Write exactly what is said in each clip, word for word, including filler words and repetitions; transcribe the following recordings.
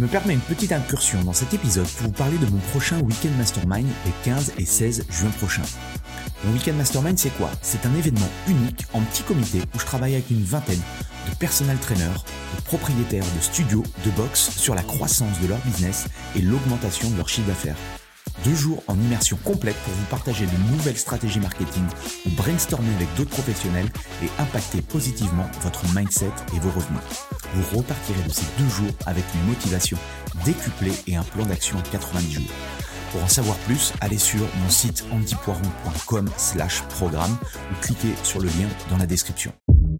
Je me permets une petite incursion dans cet épisode pour vous parler de mon prochain Weekend Mastermind les quinze et seize juin prochains. Mon Weekend Mastermind, c'est quoi ? C'est un événement unique en petit comité où je travaille avec une vingtaine de personal trainers, de propriétaires de studios, de box sur la croissance de leur business et l'augmentation de leur chiffre d'affaires. Deux jours en immersion complète pour vous partager de nouvelles stratégies marketing ou brainstormer avec d'autres professionnels et impacter positivement votre mindset et vos revenus. Vous repartirez de ces deux jours avec une motivation décuplée et un plan d'action en quatre-vingt-dix jours. Pour en savoir plus, allez sur mon site andypoiron point com slash programme ou cliquez sur le lien dans la description.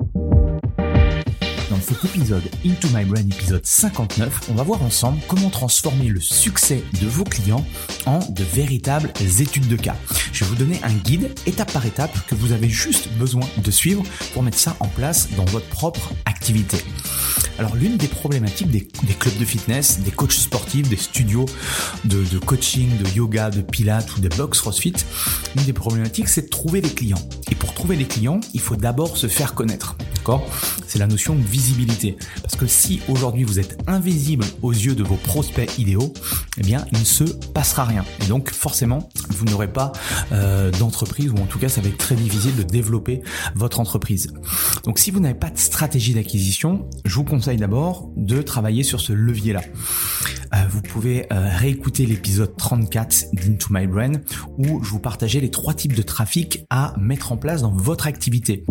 Dans cet épisode Into My Brain, épisode cinquante-neuf, on va voir ensemble comment transformer le succès de vos clients en de véritables études de cas. Je vais vous donner un guide étape par étape que vous avez juste besoin de suivre pour mettre ça en place dans votre propre activité. Alors l'une des problématiques des, des clubs de fitness, des coachs sportifs, des studios de, de coaching, de yoga, de pilates ou des box CrossFit, l'une des problématiques c'est de trouver des clients. Et pour trouver des clients, il faut d'abord se faire connaître. D'accord ? C'est la notion de visibilité. Parce que si aujourd'hui vous êtes invisible aux yeux de vos prospects idéaux, eh bien il ne se passera rien. Et donc forcément, vous n'aurez pas euh, d'entreprise, ou en tout cas ça va être très difficile de développer votre entreprise. Donc si vous n'avez pas de stratégie d'acquisition, je vous conseille d'abord de travailler sur ce levier-là. Euh, vous pouvez euh, réécouter l'épisode trente-quatre d'Into My Brain où je vous partageais les trois types de trafic à mettre en place dans votre activité.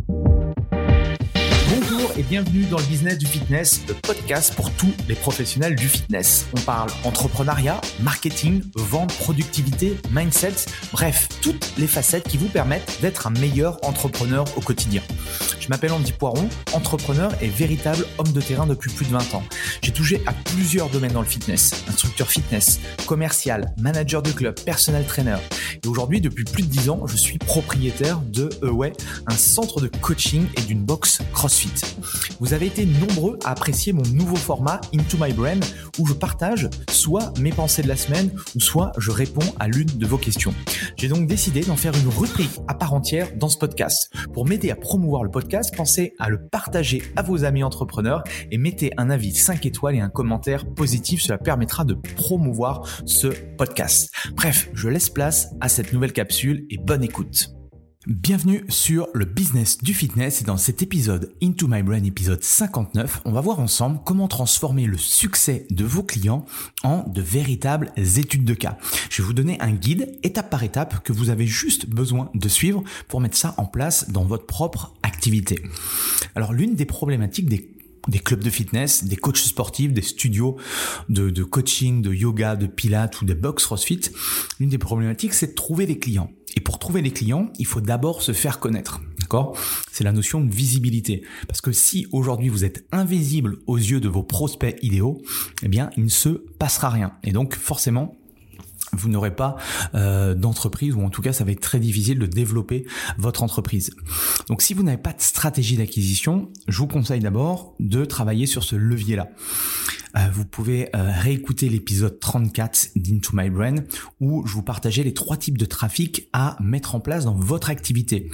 Bonjour et bienvenue dans le business du fitness, le podcast pour tous les professionnels du fitness. On parle entrepreneuriat, marketing, vente, productivité, mindset, bref, toutes les facettes qui vous permettent d'être un meilleur entrepreneur au quotidien. Je m'appelle Andy Poiron, entrepreneur et véritable homme de terrain depuis plus de vingt ans. J'ai touché à plusieurs domaines dans le fitness, instructeur fitness, commercial, manager de club, personal trainer. Et aujourd'hui, depuis plus de dix ans, je suis propriétaire de Away, un centre de coaching et d'une box CrossFit. Vous avez été nombreux à apprécier mon nouveau format Into My Brain où je partage soit mes pensées de la semaine ou soit je réponds à l'une de vos questions. J'ai donc décidé d'en faire une rubrique à part entière dans ce podcast. Pour m'aider à promouvoir le podcast, pensez à le partager à vos amis entrepreneurs et mettez un avis cinq étoiles et un commentaire positif. Cela permettra de promouvoir ce podcast. Bref, je laisse place à cette nouvelle capsule et bonne écoute. Bienvenue sur le business du fitness et dans cet épisode Into My Brain, épisode cinquante-neuf, on va voir ensemble comment transformer le succès de vos clients en de véritables études de cas. Je vais vous donner un guide étape par étape que vous avez juste besoin de suivre pour mettre ça en place dans votre propre activité. Alors l'une des problématiques des des clubs de fitness, des coachs sportifs, des studios de, de coaching, de yoga, de pilates ou des box CrossFit, l'une des problématiques, c'est de trouver des clients. Et pour trouver des clients, il faut d'abord se faire connaître. D'accord ? C'est la notion de visibilité. Parce que si aujourd'hui vous êtes invisible aux yeux de vos prospects idéaux, eh bien, il ne se passera rien. Et donc, forcément, vous n'aurez pas euh, d'entreprise, ou en tout cas ça va être très difficile de développer votre entreprise. Donc si vous n'avez pas de stratégie d'acquisition, je vous conseille d'abord de travailler sur ce levier-là. Euh, vous pouvez euh, réécouter l'épisode trente-quatre d'Into My Brain où je vous partageais les trois types de trafic à mettre en place dans votre activité.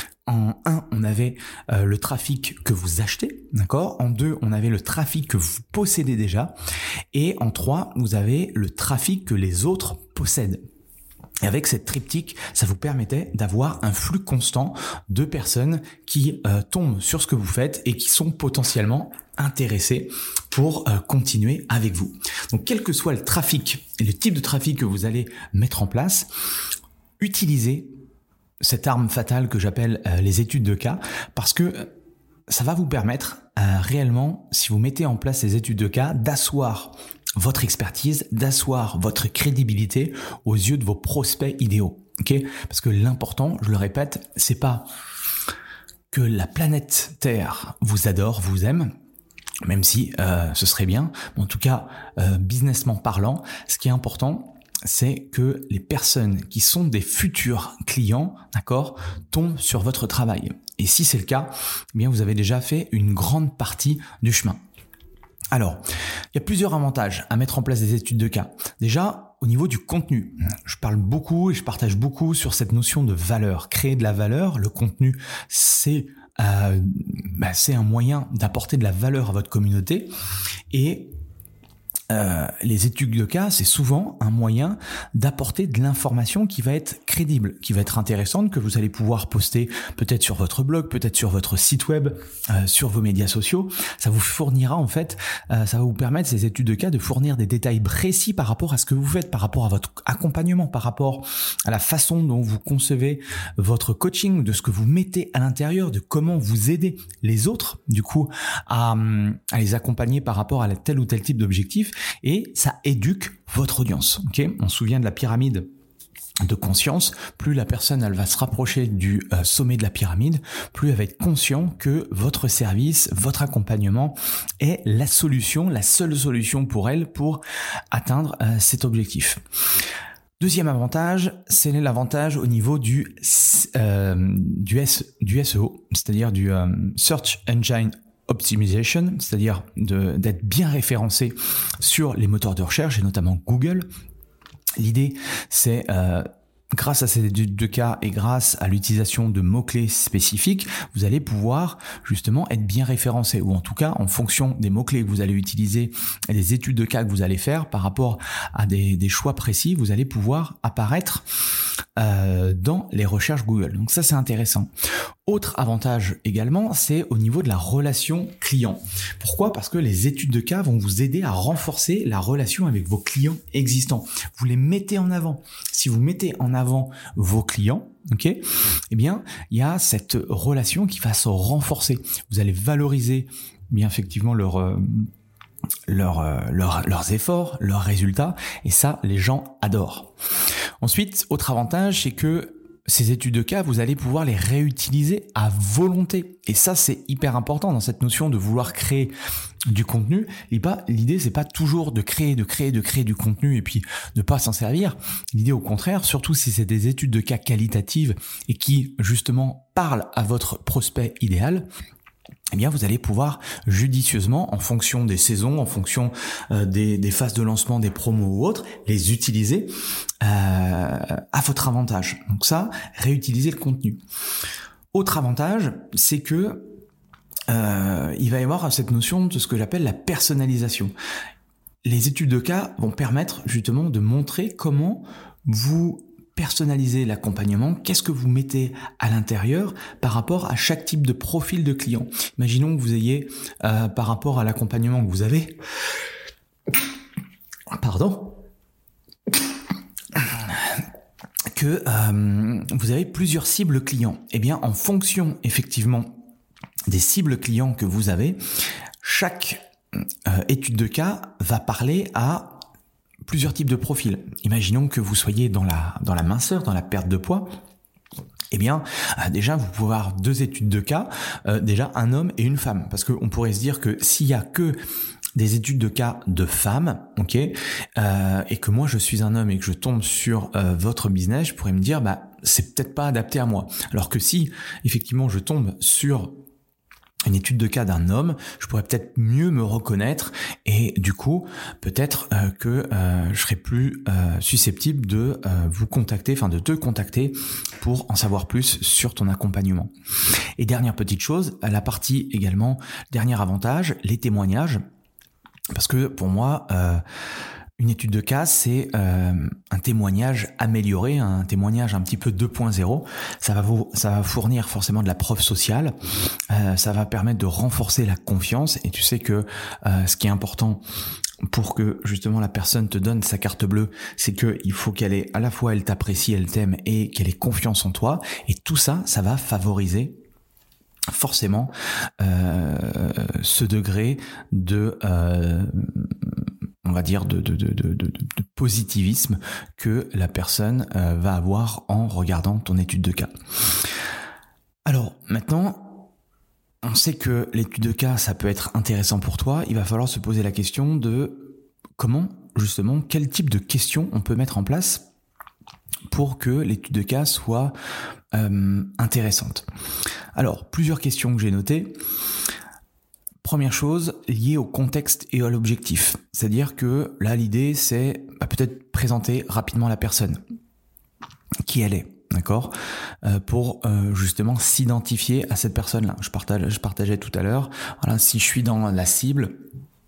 En un, on avait euh, le trafic que vous achetez, d'accord ? En deux, on avait le trafic que vous possédez déjà. Et en trois, vous avez le trafic que les autres possèdent. Et avec cette triptyque, ça vous permettait d'avoir un flux constant de personnes qui euh, tombent sur ce que vous faites et qui sont potentiellement intéressés pour euh, continuer avec vous. Donc, quel que soit le trafic et le type de trafic que vous allez mettre en place, utilisez cette arme fatale que j'appelle euh, les études de cas, parce que euh, ça va vous permettre euh, réellement, si vous mettez en place ces études de cas, d'asseoir votre expertise, d'asseoir votre crédibilité aux yeux de vos prospects idéaux. Okay ? Parce que l'important, je le répète, c'est pas que la planète Terre vous adore, vous aime, même si euh, ce serait bien, mais en tout cas, euh, businessment parlant, ce qui est important, c'est que les personnes qui sont des futurs clients, d'accord, tombent sur votre travail. Et si c'est le cas, eh bien vous avez déjà fait une grande partie du chemin. Alors, il y a plusieurs avantages à mettre en place des études de cas. Déjà, au niveau du contenu, je parle beaucoup et je partage beaucoup sur cette notion de valeur. Créer de la valeur, le contenu, c'est euh, bah, c'est un moyen d'apporter de la valeur à votre communauté et Euh, les études de cas, c'est souvent un moyen d'apporter de l'information qui va être crédible, qui va être intéressante, que vous allez pouvoir poster peut-être sur votre blog, peut-être sur votre site web, euh, sur vos médias sociaux. Ça vous fournira en fait, euh, ça va vous permettre, ces études de cas, de fournir des détails précis par rapport à ce que vous faites, par rapport à votre accompagnement, par rapport à la façon dont vous concevez votre coaching, de ce que vous mettez à l'intérieur, de comment vous aidez les autres, du coup, à, à les accompagner par rapport à tel ou tel type d'objectif. Et ça éduque votre audience. Ok, on se souvient de la pyramide de conscience. Plus la personne elle va se rapprocher du euh, sommet de la pyramide, plus elle va être consciente que votre service, votre accompagnement est la solution, la seule solution pour elle pour atteindre euh, cet objectif. Deuxième avantage, c'est l'avantage au niveau du euh, du, S, du S E O, c'est-à-dire du euh, Search Engine Optimization, c'est-à-dire de, d'être bien référencé sur les moteurs de recherche et notamment Google. L'idée, c'est euh, grâce à ces études de cas et grâce à l'utilisation de mots-clés spécifiques, vous allez pouvoir justement être bien référencé, ou en tout cas en fonction des mots-clés que vous allez utiliser et des études de cas que vous allez faire par rapport à des, des choix précis, vous allez pouvoir apparaître euh, dans les recherches Google. Donc ça, c'est intéressant. Autre avantage également, c'est au niveau de la relation client. Pourquoi ? Parce que les études de cas vont vous aider à renforcer la relation avec vos clients existants. Vous les mettez en avant. Si vous mettez en avant vos clients, ok, eh bien, il y a cette relation qui va se renforcer. Vous allez valoriser, bien effectivement, leur euh, Leur, euh, leur, leurs efforts, leurs résultats, et ça, les gens adorent. Ensuite, autre avantage, c'est que ces études de cas, vous allez pouvoir les réutiliser à volonté. Et ça, c'est hyper important dans cette notion de vouloir créer du contenu. Et pas, l'idée, c'est pas toujours de créer, de créer, de créer du contenu et puis de pas s'en servir. L'idée, au contraire, surtout si c'est des études de cas qualitatives et qui, justement, parlent à votre prospect idéal, eh bien, vous allez pouvoir judicieusement, en fonction des saisons, en fonction euh, des, des phases de lancement, des promos ou autres, les utiliser euh, à votre avantage. Donc ça, réutiliser le contenu. Autre avantage, c'est que euh, il va y avoir cette notion de ce que j'appelle la personnalisation. Les études de cas vont permettre justement de montrer comment vous personnaliser l'accompagnement, qu'est-ce que vous mettez à l'intérieur par rapport à chaque type de profil de client. Imaginons que vous ayez, euh, par rapport à l'accompagnement que vous avez, pardon, que euh, vous avez plusieurs cibles clients. Eh bien, en fonction, effectivement, des cibles clients que vous avez, chaque euh, étude de cas va parler à plusieurs types de profils. Imaginons que vous soyez dans la, dans la minceur, dans la perte de poids. Eh bien, euh, déjà, vous pouvez avoir deux études de cas, euh, déjà un homme et une femme. Parce qu'on pourrait se dire que s'il y a que des études de cas de femmes, ok, euh, et que moi je suis un homme et que je tombe sur euh, votre business, je pourrais me dire, bah, c'est peut-être pas adapté à moi. Alors que si, effectivement, je tombe sur une étude de cas d'un homme, je pourrais peut-être mieux me reconnaître et du coup, peut-être euh, que euh, je serais plus euh, susceptible de euh, vous contacter, enfin de te contacter pour en savoir plus sur ton accompagnement. Et dernière petite chose, la partie également, dernier avantage, les témoignages. Parce que pour moi, euh, une étude de cas, c'est euh, un témoignage amélioré, un témoignage un petit peu deux point zéro. Ça va vous, ça va fournir forcément de la preuve sociale. Euh, ça va permettre de renforcer la confiance. Et tu sais que euh, ce qui est important pour que justement la personne te donne sa carte bleue, c'est que il faut qu'elle ait à la fois elle t'apprécie, elle t'aime et qu'elle ait confiance en toi. Et tout ça, ça va favoriser forcément euh, ce degré de euh, on va dire de, de, de, de, de, de positivisme que la personne euh, va avoir en regardant ton étude de cas. Alors maintenant, on sait que l'étude de cas, ça peut être intéressant pour toi. Il va falloir se poser la question de comment, justement, quel type de questions on peut mettre en place pour que l'étude de cas soit euh, intéressante. Alors, plusieurs questions que j'ai notées. Première chose, liée au contexte et à l'objectif. C'est-à-dire que là, l'idée, c'est bah, peut-être présenter rapidement la personne, qui elle est, d'accord, euh, pour euh, justement s'identifier à cette personne-là. Je partage, je partageais tout à l'heure, voilà, si je suis dans la cible,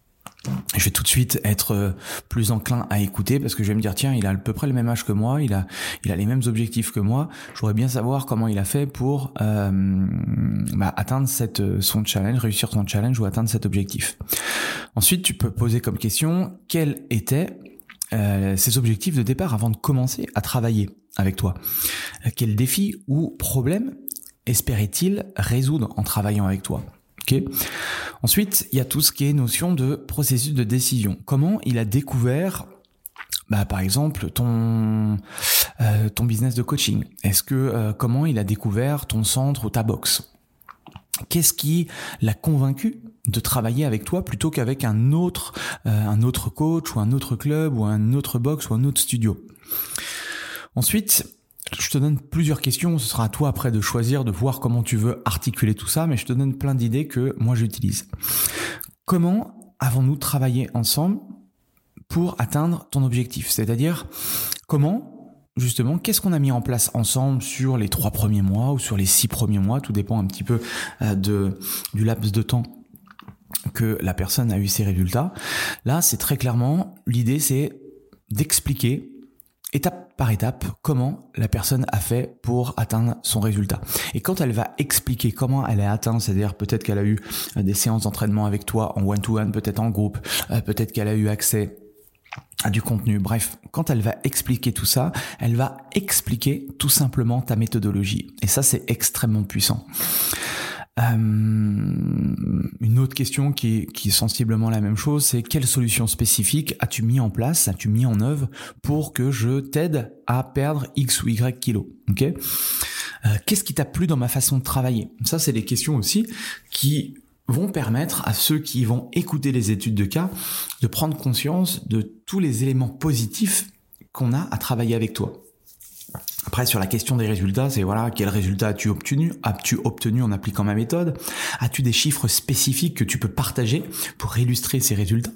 je vais tout de suite être plus enclin à écouter parce que je vais me dire tiens, il a à peu près le même âge que moi, il a il a les mêmes objectifs que moi, je voudrais bien savoir comment il a fait pour euh, bah, atteindre cette son challenge, réussir son challenge ou atteindre cet objectif. Ensuite, tu peux poser comme question quels étaient euh, ses objectifs de départ avant de commencer à travailler avec toi. Quels défis ou problèmes espérait-il résoudre en travaillant avec toi? Okay. Ensuite, il y a tout ce qui est notion de processus de décision. Comment il a découvert, bah, par exemple, ton euh, ton business de coaching? Est-ce que euh, comment il a découvert ton centre ou ta box? Qu'est-ce qui l'a convaincu de travailler avec toi plutôt qu'avec un autre euh, un autre coach ou un autre club ou un autre box ou un autre studio? Ensuite, je te donne plusieurs questions, ce sera à toi après de choisir, de voir comment tu veux articuler tout ça, mais je te donne plein d'idées que moi j'utilise. Comment avons-nous travaillé ensemble pour atteindre ton objectif? C'est-à-dire, comment, justement, qu'est-ce qu'on a mis en place ensemble sur les trois premiers mois ou sur les six premiers mois, tout dépend un petit peu de, du laps de temps que la personne a eu ses résultats. Là, c'est très clairement, l'idée c'est d'expliquer étape par étape comment la personne a fait pour atteindre son résultat. Et quand elle va expliquer comment elle a atteint, c'est-à-dire peut-être qu'elle a eu des séances d'entraînement avec toi en one-to-one, peut-être en groupe, peut-être qu'elle a eu accès à du contenu, bref, quand elle va expliquer tout ça, elle va expliquer tout simplement ta méthodologie. Et ça, c'est extrêmement puissant. Euh, une autre question qui est, qui est sensiblement la même chose, c'est quelle solution spécifique as-tu mis en place, as-tu mis en œuvre pour que je t'aide à perdre X ou Y kilos, ok? Euh, qu'est-ce qui t'a plu dans ma façon de travailler? Ça, c'est des questions aussi qui vont permettre à ceux qui vont écouter les études de cas de prendre conscience de tous les éléments positifs qu'on a à travailler avec toi. Après, sur la question des résultats, c'est voilà, quel résultat as-tu obtenu? As-tu obtenu en appliquant ma méthode? As-tu des chiffres spécifiques que tu peux partager pour illustrer ces résultats?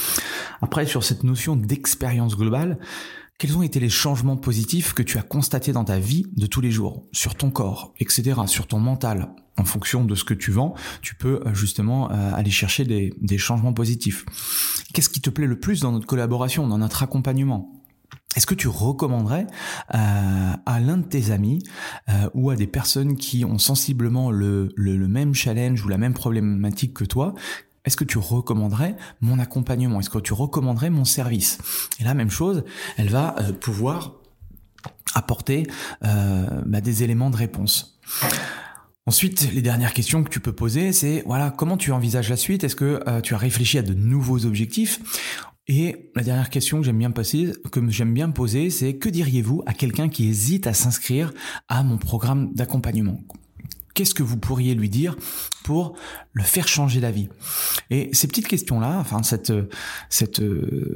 Après, sur cette notion d'expérience globale, quels ont été les changements positifs que tu as constatés dans ta vie de tous les jours, sur ton corps, et cetera, sur ton mental? En fonction de ce que tu vends, tu peux justement euh, aller chercher des, des changements positifs. Qu'est-ce qui te plaît le plus dans notre collaboration, dans notre accompagnement? Est-ce que tu recommanderais euh, à l'un de tes amis euh, ou à des personnes qui ont sensiblement le, le, le même challenge ou la même problématique que toi, est-ce que tu recommanderais mon accompagnement? Est-ce que tu recommanderais mon service? Et la même chose, elle va euh, pouvoir apporter euh, bah, des éléments de réponse. Ensuite, les dernières questions que tu peux poser, c'est voilà, comment tu envisages la suite? Est-ce que euh, tu as réfléchi à de nouveaux objectifs? Et la dernière question que j'aime bien poser, que j'aime bien poser, c'est que diriez-vous à quelqu'un qui hésite à s'inscrire à mon programme d'accompagnement? Qu'est-ce que vous pourriez lui dire pour le faire changer d'avis? Et ces petites questions-là, enfin cette cette euh,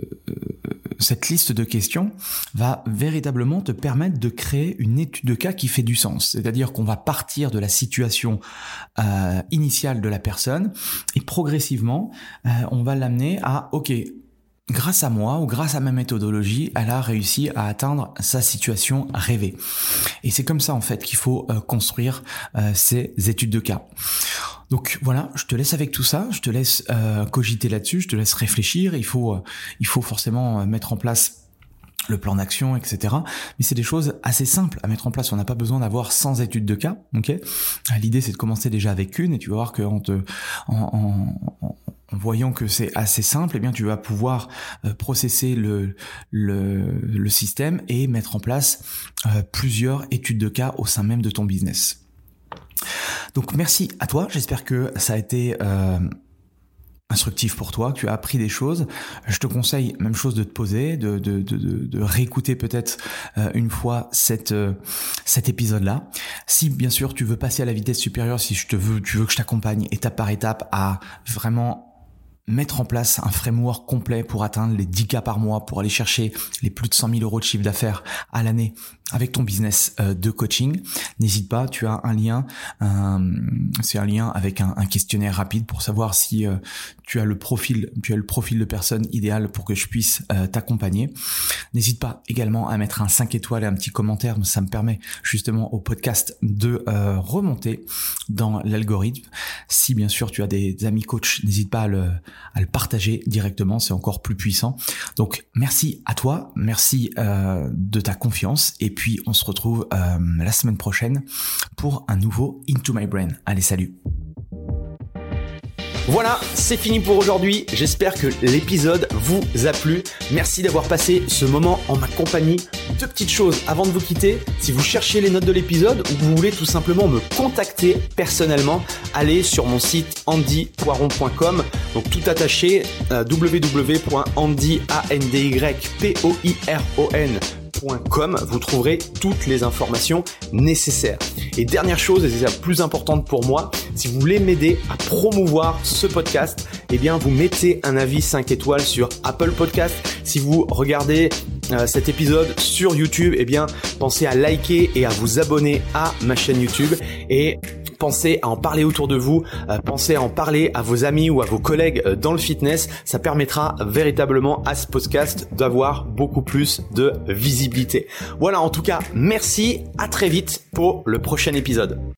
cette liste de questions va véritablement te permettre de créer une étude de cas qui fait du sens. C'est-à-dire qu'on va partir de la situation euh, initiale de la personne et progressivement, euh, on va l'amener à ok. Grâce à moi ou grâce à ma méthodologie, elle a réussi à atteindre sa situation rêvée. Et c'est comme ça en fait qu'il faut euh, construire euh, ces études de cas. Donc voilà, je te laisse avec tout ça, je te laisse euh, cogiter là-dessus, je te laisse réfléchir. Il faut, euh, il faut forcément euh, mettre en place le plan d'action, et cetera. Mais c'est des choses assez simples à mettre en place. On n'a pas besoin d'avoir cent études de cas. Ok. L'idée, c'est de commencer déjà avec une, et tu vas voir qu'en te, en, en, en, en voyant que c'est assez simple, eh bien, tu vas pouvoir euh, processer le, le, le système et mettre en place euh, plusieurs études de cas au sein même de ton business. Donc, merci à toi. J'espère que ça a été euh, instructif pour toi, que tu as appris des choses. Je te conseille, même chose, de te poser, de, de, de, de réécouter peut-être euh, une fois cette, euh, cet épisode-là. Si bien sûr tu veux passer à la vitesse supérieure, si je te veux, tu veux que je t'accompagne étape par étape à vraiment mettre en place un framework complet pour atteindre les dix K par mois, pour aller chercher les plus de cent mille euros de chiffre d'affaires à l'année avec ton business de coaching, n'hésite pas, tu as un lien, euh, c'est un lien avec un, un questionnaire rapide pour savoir si euh, tu as le profil, tu as le profil de personne idéal pour que je puisse euh, t'accompagner. N'hésite pas également à mettre un cinq étoiles et un petit commentaire, ça me permet justement au podcast de euh, remonter dans l'algorithme. Si bien sûr tu as des, des amis coachs, n'hésite pas à le à le partager directement, c'est encore plus puissant. Donc merci à toi, merci euh, de ta confiance et puis on se retrouve euh, la semaine prochaine pour un nouveau Into My Brain. Allez, salut. Voilà, c'est fini pour aujourd'hui. J'espère que l'épisode vous a plu. Merci d'avoir passé ce moment en ma compagnie. Deux petites choses avant de vous quitter. Si vous cherchez les notes de l'épisode ou que vous voulez tout simplement me contacter personnellement, allez sur mon site andy poiron point com. Donc tout attaché, euh, w w w point andy point com. Vous trouverez toutes les informations nécessaires. Et dernière chose, et c'est la plus importante pour moi, si vous voulez m'aider à promouvoir ce podcast, eh bien vous mettez un avis cinq étoiles sur Apple Podcast. Si vous regardez euh, cet épisode sur YouTube, eh bien pensez à liker et à vous abonner à ma chaîne YouTube et pensez à en parler autour de vous, euh, pensez à en parler à vos amis ou à vos collègues euh, dans le fitness. Ça permettra véritablement à ce podcast d'avoir beaucoup plus de visibilité. Voilà, en tout cas, merci, à très vite pour le prochain épisode.